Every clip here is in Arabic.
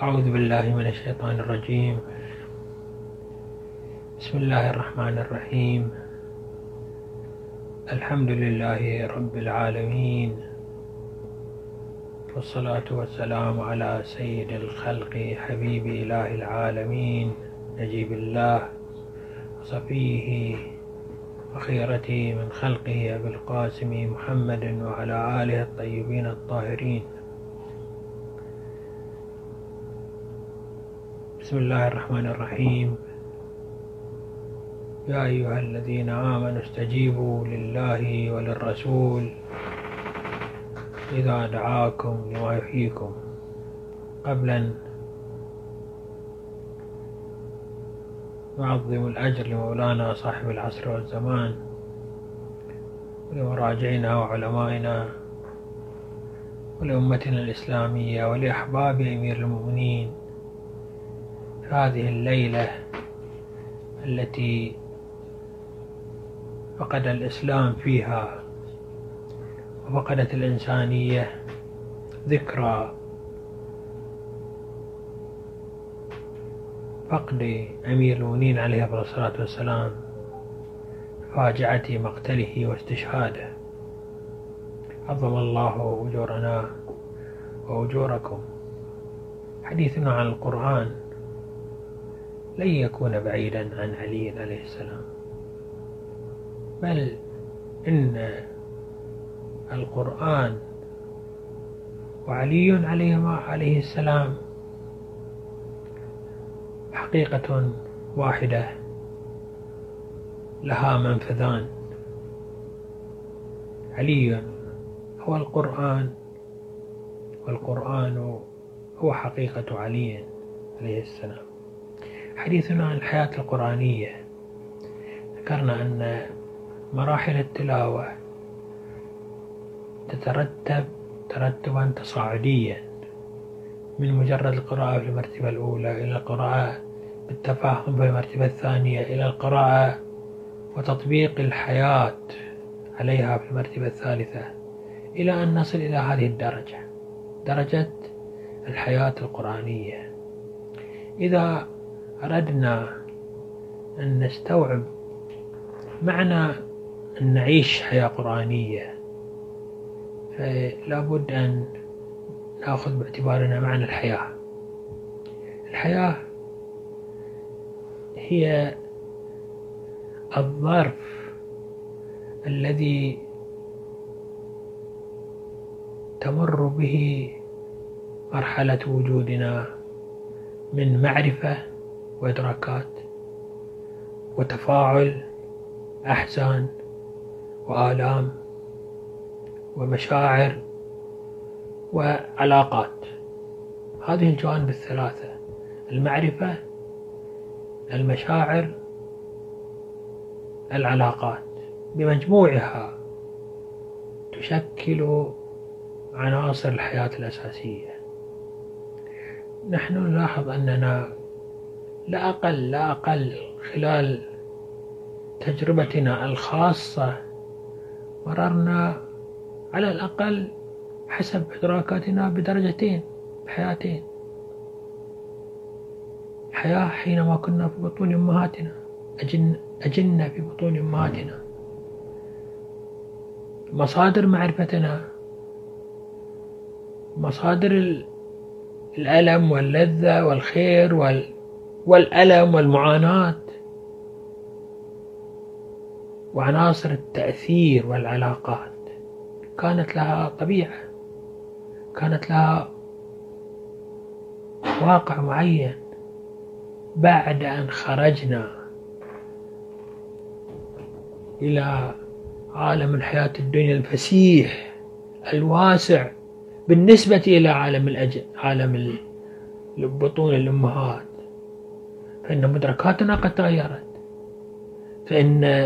أعوذ بالله من الشيطان الرجيم. بسم الله الرحمن الرحيم. الحمد لله رب العالمين، والصلاة والسلام على سيد الخلق حبيب إله العالمين نجيب الله وصفيه وخيرته من خلقه أبي القاسم محمد وعلى آله الطيبين الطاهرين. بسم الله الرحمن الرحيم. يا أيها الذين آمنوا استجيبوا لله وللرسول إذا دعاكم لما يحييكم. قبلا نعظم الأجر لمولانا صاحب العصر والزمان ولمراجعنا وعلمائنا ولأمتنا الإسلامية ولأحباب أمير المؤمنين في هذه الليلة التي فقد الإسلام فيها وفقدت الإنسانية ذكرى فقد أمير المؤمنين عليه الصلاة والسلام، فاجعة مقتله واستشهاده. عظم الله أجورنا وأجوركم. حديثنا عن القرآن لن يكون بعيدا عن علي عليه السلام، بل إن القرآن وعلي عليه السلام حقيقة واحدة لها منفذان. علي هو القرآن، والقرآن هو حقيقة علي عليه السلام. حديثنا عن الحياة القرآنية، ذكرنا أن مراحل التلاوة تترتب ترتبا تصاعديا من مجرد القراءة في المرتبة الأولى إلى القراءة بالتفاهم في المرتبة الثانية إلى القراءة وتطبيق الحياة عليها في المرتبة الثالثة، إلى أن نصل إلى هذه الدرجة، درجة الحياة القرآنية. إذا أردنا أن نستوعب معنى أن نعيش حياة قرآنية، فلا بد أن نأخذ باعتبارنا معنى الحياة. الحياة هي الظرف الذي تمر به مرحلة وجودنا من معرفة وإدراكات وتفاعل أحزان وآلام ومشاعر وعلاقات. هذه الجوانب الثلاثة، المعرفة، المشاعر، العلاقات، بمجموعها تشكل عناصر الحياة الأساسية. نحن نلاحظ أننا لا أقل خلال تجربتنا الخاصة مررنا على الأقل حسب إدراكاتنا بدرجتين، بحياتين. حياة حينما كنا في بطون أمهاتنا، أجنة في بطون أمهاتنا، مصادر معرفتنا، مصادر الألم واللذة والخير والألم والمعاناة، وعناصر التأثير والعلاقات كانت لها طبيعة، كانت لها واقع معين. بعد أن خرجنا إلى عالم الحياة الدنيا الفسيح الواسع بالنسبة إلى عالم بطون الأمهات، فإن مدركاتنا قد تغيرت، فإن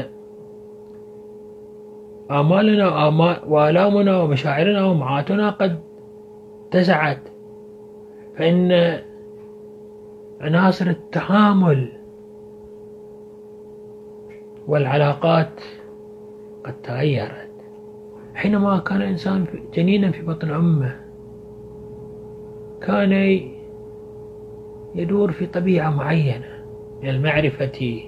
آمالنا وآلامنا ومشاعرنا ومعاتنا قد اتسعت، فإن عناصر التعامل والعلاقات قد تغيرت. حينما كان الإنسان جنينا في بطن أمه كان يدور في طبيعة معينة من المعرفة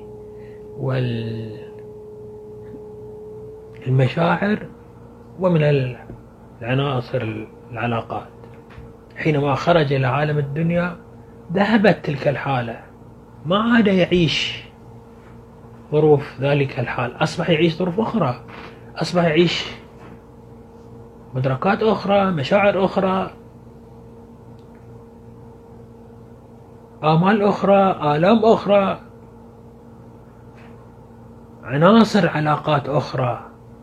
والمشاعر ومن العناصر العلاقات. حينما خرج إلى عالم الدنيا ذهبت تلك الحالة، ما عاد يعيش ظروف ذلك الحال، أصبح يعيش ظروف أخرى، أصبح يعيش مدركات أخرى، مشاعر أخرى، آمال أخرى، آلام أخرى، عناصر علاقات أخرى.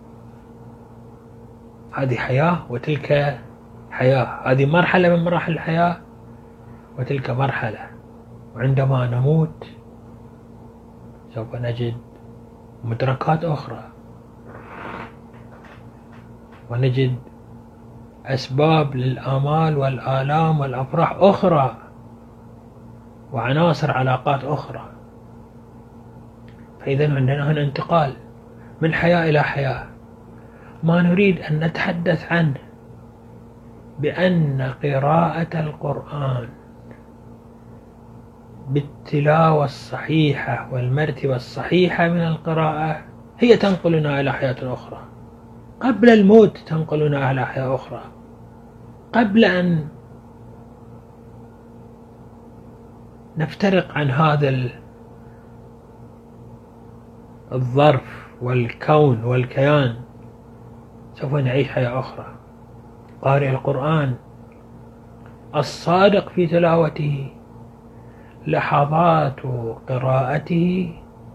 هذه حياة وتلك حياة، هذه مرحلة من مراحل الحياة وتلك مرحلة. وعندما نموت سوف نجد مدركات أخرى، ونجد أسباب للآمال والآلام والأفراح أخرى، وعناصر علاقات أخرى. فإذا عندنا هنا انتقال من حياة إلى حياة. ما نريد أن نتحدث عنه بأن قراءة القرآن بالتلاوة الصحيحة والمرتبة الصحيحة من القراءة هي تنقلنا إلى حياة أخرى، قبل الموت تنقلنا إلى حياة أخرى، قبل أن نفترق عن هذا الظرف والكون والكيان سوف نعيش حياة أخرى. قارئ القرآن الصادق في تلاوته، لحظات قراءته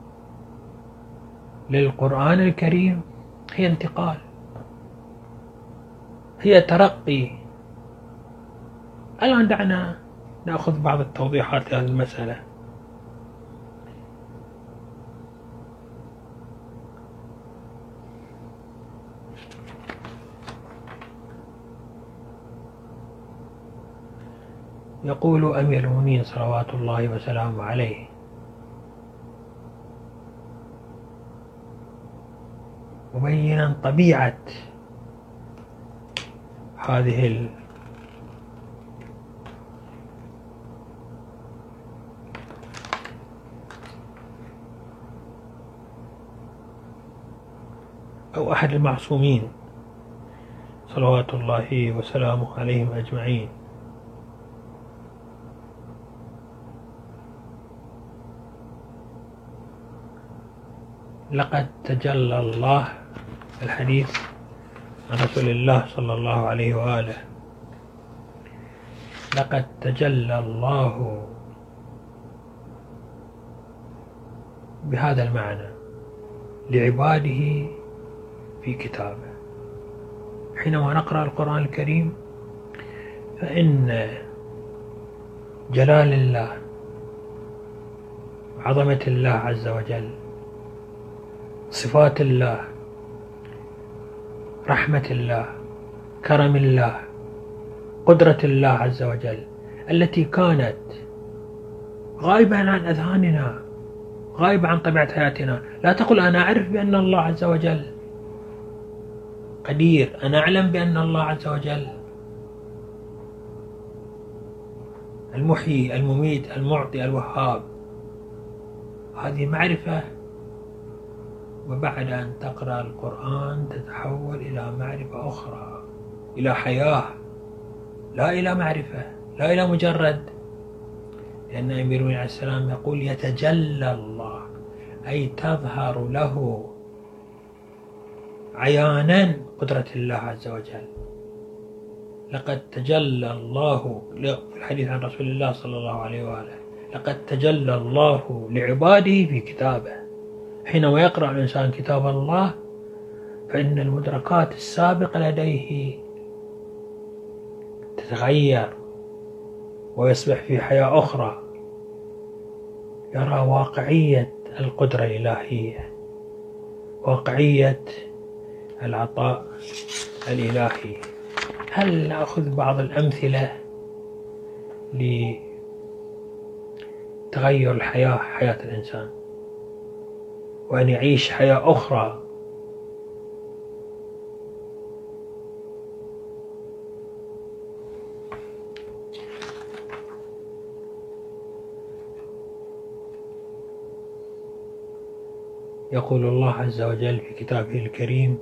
للقرآن الكريم هي انتقال، هي ترقي. الآن دعنا نأخذ بعض التوضيحات لهذه المسألة. يقول أمير المؤمنين صلوات الله وسلامه عليه: مبينا طبيعة هذه أو أحد المعصومين صلوات الله وسلامه عليهم أجمعين: لقد تجلى الله، الحديث عن رسول الله صلى الله عليه وآله، لقد تجلى الله بهذا المعنى لعباده في كتابه. حينما نقرأ القرآن الكريم فإن جلال الله، عظمة الله عز وجل، صفات الله، رحمة الله، كرم الله، قدرة الله عز وجل التي كانت غائبة عن أذهاننا، غائبة عن طبيعة حياتنا. لا تقل أنا أعرف بأن الله عز وجل قدير، أنا أعلم بأن الله عز وجل المحيي المميت المعطي الوهاب. هذه معرفة، وبعد أن تقرأ القرآن تتحول إلى معرفة أخرى، إلى حياة، لا إلى معرفة، لا إلى مجرد. لأن أمير المؤمنين عليه السلام يقول: يتجلى الله، أي تظهر له عيانا قدرة الله عز وجل. لقد تجلى الله، في الحديث عن رسول الله صلى الله عليه وآله: لقد تجلى الله لعباده في كتابه. حينما يقرأ الإنسان كتاب الله فإن المدركات السابقة لديه تتغير ويصبح في حياة أخرى، يرى واقعية القدرة الإلهية، واقعية العطاء الإلهي. هل نأخذ بعض الأمثلة لتغير الحياة، حياة الإنسان، وأن يعيش حياة أخرى؟ يقول الله عز وجل في كتابه الكريم: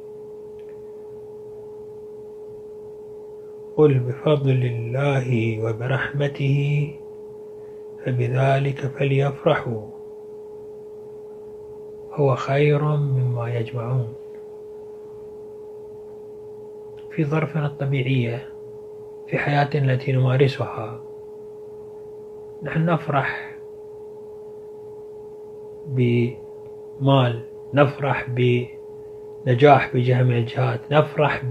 قل بفضل الله وبرحمته فبذلك فليفرحوا هو خير مما يجمعون. في ظرفنا الطبيعية في حياتنا التي نمارسها نحن نفرح بمال، نفرح بنجاح بجهة من الجهات، نفرح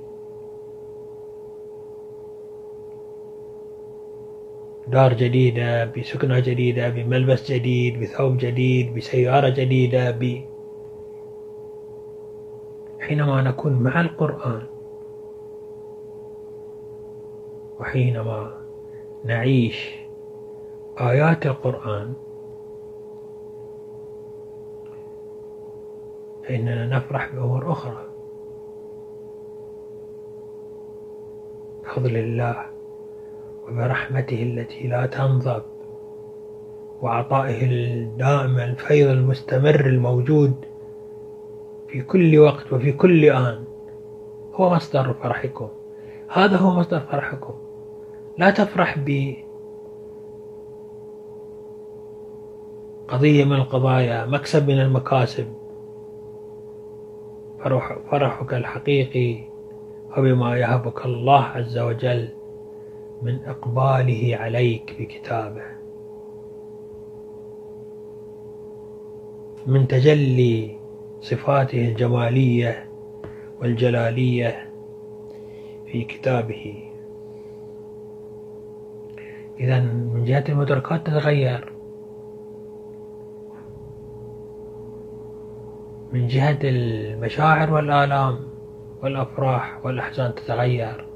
بدار جديدة، بسكنة جديدة، بملبس جديد، بثوب جديد، بسيارة جديدة. حينما نكون مع القرآن وحينما نعيش آيات القرآن فإننا نفرح بأمور أخرى. بفضل الله وبرحمته التي لا تنضب وعطائه الدائم الفيض المستمر الموجود في كل وقت وفي كل آن هو مصدر فرحكم. هذا هو مصدر فرحكم. لا تفرح بقضية من القضايا، مكسب من المكاسب. فرحك الحقيقي هو بما يهبك الله عز وجل من إقباله عليك بكتابه، من تجلي صفاته الجمالية والجلالية في كتابه. إذا من جهة المدركات تتغير، من جهة المشاعر والآلام والأفراح والأحزان تتغير،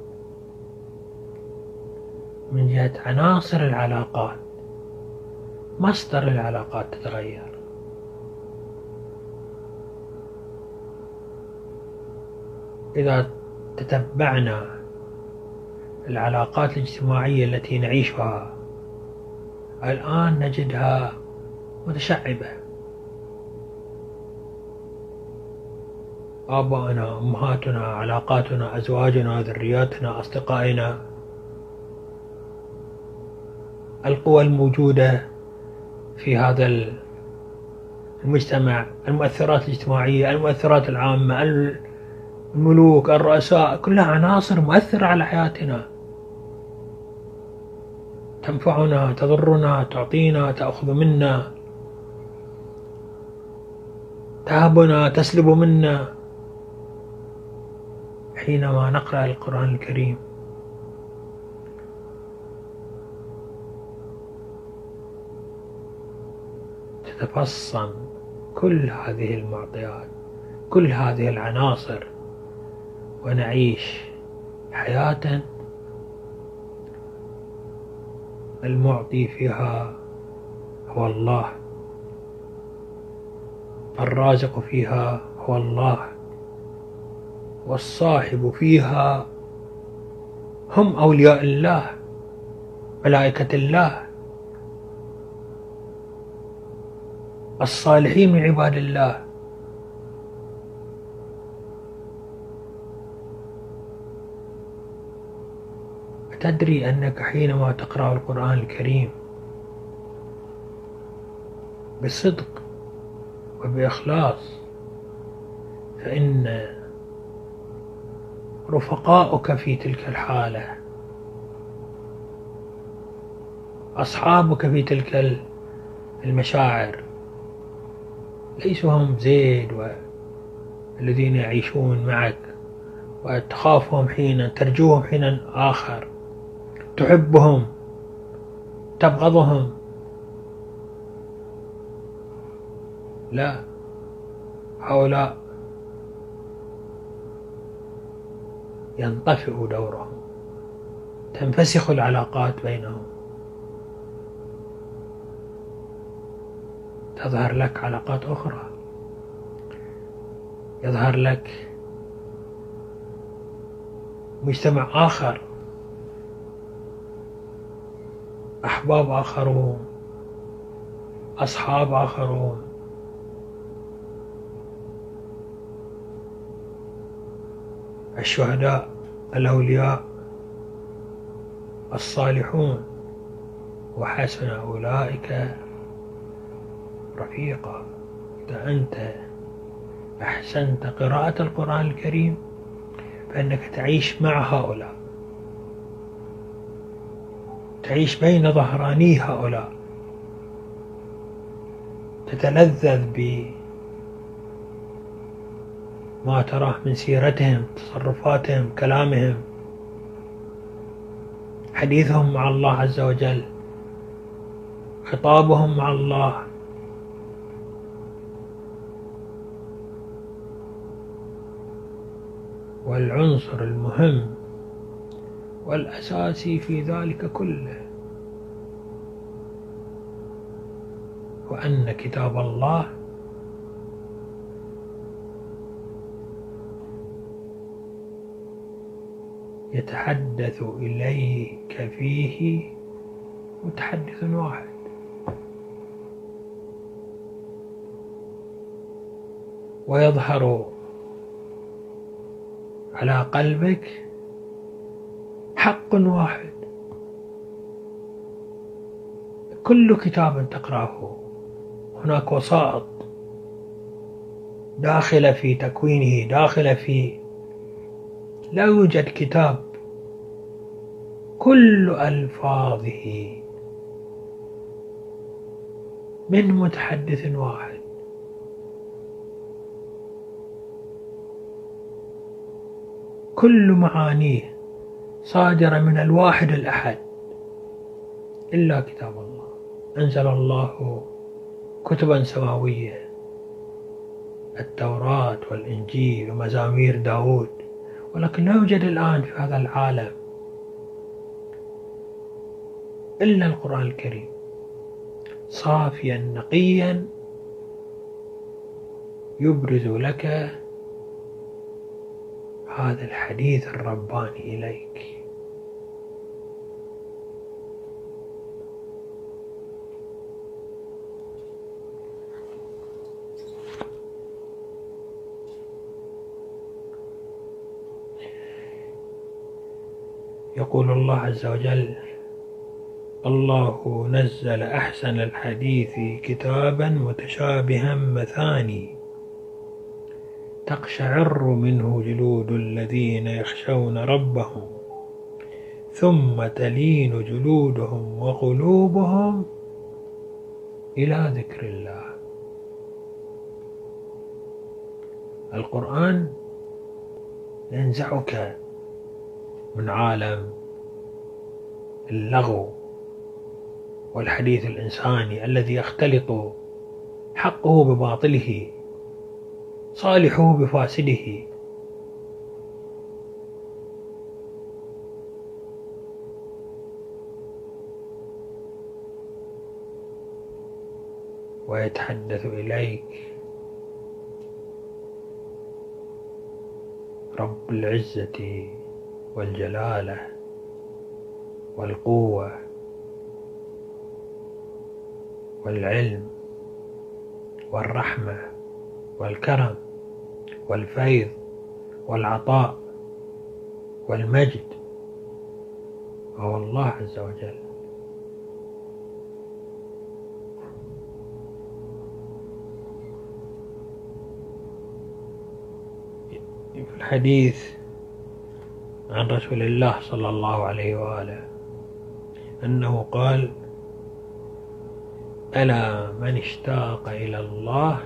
من جهة عناصر العلاقات مصدر العلاقات تتغير. إذا تتبعنا العلاقات الاجتماعية التي نعيشها الآن نجدها متشعبة. آباؤنا، أمهاتنا، علاقاتنا، أزواجنا، ذرياتنا، أصدقائنا، القوى الموجودة في هذا المجتمع، المؤثرات الاجتماعية، المؤثرات العامة، الملوك، الرؤساء، كلها عناصر مؤثرة على حياتنا، تنفعنا، تضرنا، تعطينا، تأخذ منا، تهبنا، تسلب منا. حينما نقرأ القرآن الكريم تتفصم كل هذه المعطيات، كل هذه العناصر، ونعيش حياة المعطي فيها هو الله، الرازق فيها هو الله، والصاحب فيها هم أولياء الله، ملائكة الله، الصالحين من عباد الله. أتدري أنك حينما تقرأ القرآن الكريم بصدق وبإخلاص فإن رفقاؤك في تلك الحالة، أصحابك في تلك المشاعر، ليسوا هم زيد والذين يعيشون معك وتخافهم حينا، ترجوهم حينا آخر، تحبهم، تبغضهم. لا، هؤلاء ينطفئ دورهم، تنفسخ العلاقات بينهم، تظهر لك علاقات أخرى، يظهر لك مجتمع آخر، أحباب آخرون، أصحاب آخرون، الشهداء، الأولياء، الصالحون، وحسن أولئك رفيقا. إذا أنت أحسنت قراءة القرآن الكريم فإنك تعيش مع هؤلاء، تعيش بين ظهراني هؤلاء، تتلذذ بما تراه من سيرتهم، تصرفاتهم، كلامهم، حديثهم مع الله عز وجل، خطابهم مع الله. والعنصر المهم والأساسي في ذلك كله وأن كتاب الله يتحدث إليك فيه متحدث واحد، ويظهر على قلبك حق واحد. كل كتاب تقرأه هناك وسائط داخلة في تكوينه، داخلة في، لا يوجد كتاب كل ألفاظه من متحدث واحد. كل معانيه صادرة من الواحد الأحد إلا كتاب الله. أنزل الله كتبا سماوية، التوراة والإنجيل ومزامير داود، ولكن لا يوجد الآن في هذا العالم إلا القرآن الكريم صافيا نقيا يبرز لك هذا الحديث الرباني إليك. يقول الله عز وجل: الله نزل أحسن الحديث كتابا متشابها مثاني تقشعر منه جلود الذين يخشون ربهم ثم تلين جلودهم وقلوبهم إلى ذكر الله. القرآن ينزعك من عالم اللغو والحديث الإنساني الذي يختلط حقه بباطله، صالحه بفاسده. ويتحدث إليك رب العزة والجلالة والقوة والعلم والرحمة والكرم والفيض والعطاء والمجد، وهو الله عز وجل. في الحديث عن رسول الله صلى الله عليه وآله أنه قال: ألا من اشتاق إلى الله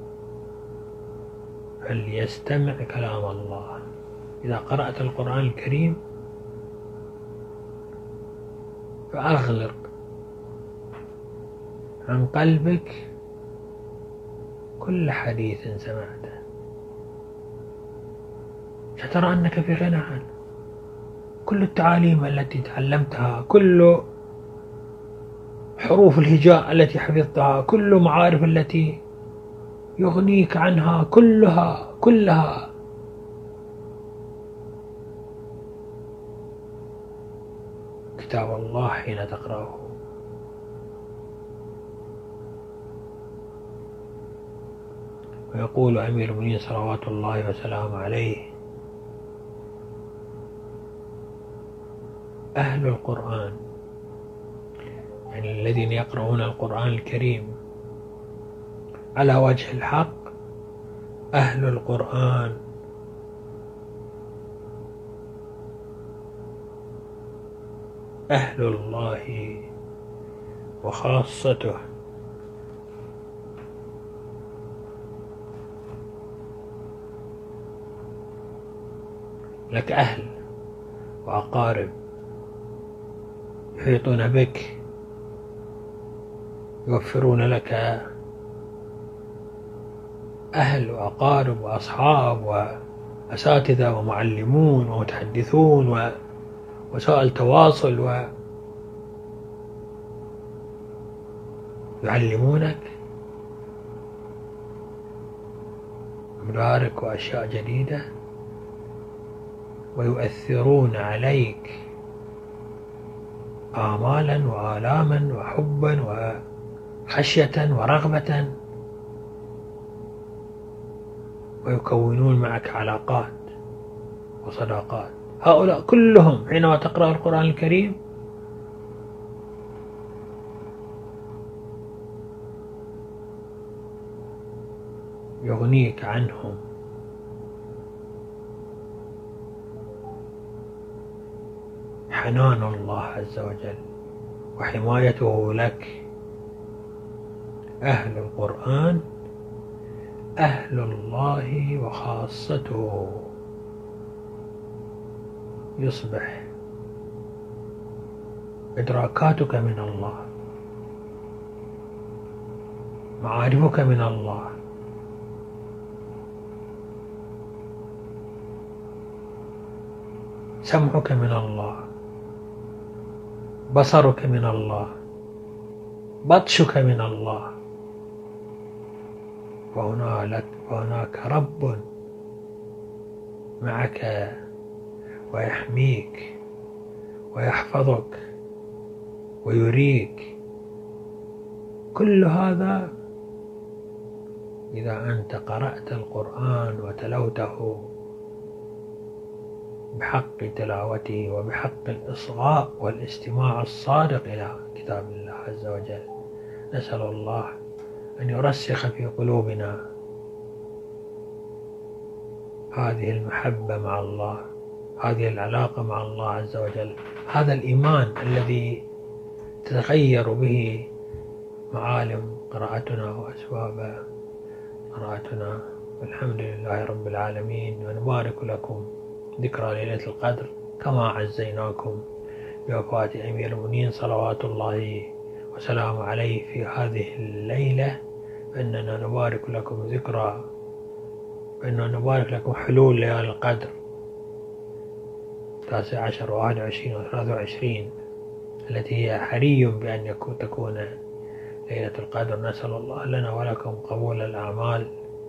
فليستمع كلام الله. إذا قرأت القرآن الكريم فأغلق عن قلبك كل حديث سمعته، سترى أنك في غنى عنه. كل التعاليم التي تعلمتها، كل حروف الهجاء التي حفظتها، كل معارف التي يغنيك عنها، كلها كتاب الله حين تقرأه. ويقول أمير المؤمنين صلوات الله وسلامه عليه: أهل القرآن، يعني الذين يقرؤون القرآن الكريم على وجه الحق، أهل القرآن. أهل الله وخاصته. لك أهل وأقارب يحيطون بك، يوفرون لك أهل وأقارب وأصحاب وأساتذة ومعلمون ومتحدثون ووسائل تواصل يعلمونك مدارك وأشياء جديدة، ويؤثرون عليك آمالا وآلاما وحبا وخشية ورغبة، ويكونون معك علاقات وصداقات. هؤلاء كلهم حينما تقرأ القرآن الكريم يغنيك عنهم. حنان الله عز وجل وحمايته لك. أهل القرآن أهل الله وخاصته. يصبح إدراكاتك من الله، معارفك من الله، سمعك من الله، بصرك من الله، بطشك من الله. وهناك رب معك ويحميك ويحفظك ويريك. كل هذا إذا أنت قرأت القرآن وتلوته بحق تلاوته وبحق الإصغاء والاستماع الصادق إلى كتاب الله عز وجل. نسأل الله أن يرسخ في قلوبنا هذه المحبة مع الله، هذه العلاقة مع الله عز وجل، هذا الإيمان الذي تتغير به معالم قراءتنا وأسباب قراءتنا. والحمد لله رب العالمين، ونبارك لكم ذكرى ليلة القدر كما عزيناكم بوفاة أمير المؤمنين صلوات الله وسلام عليه في هذه الليلة. فإننا نبارك لكم ذكرى، فإننا نبارك لكم حلول ليالي القدر 19 و21 و23 التي هي حري بأن تكون ليلة القدر. نسأل الله لنا ولكم قبول الأعمال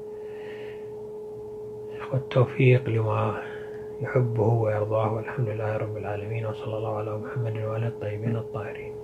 والتوفيق لما يحبه ويرضاه. والحمد لله رب العالمين، وصلى الله على محمد وعلى الطيبين الطاهرين.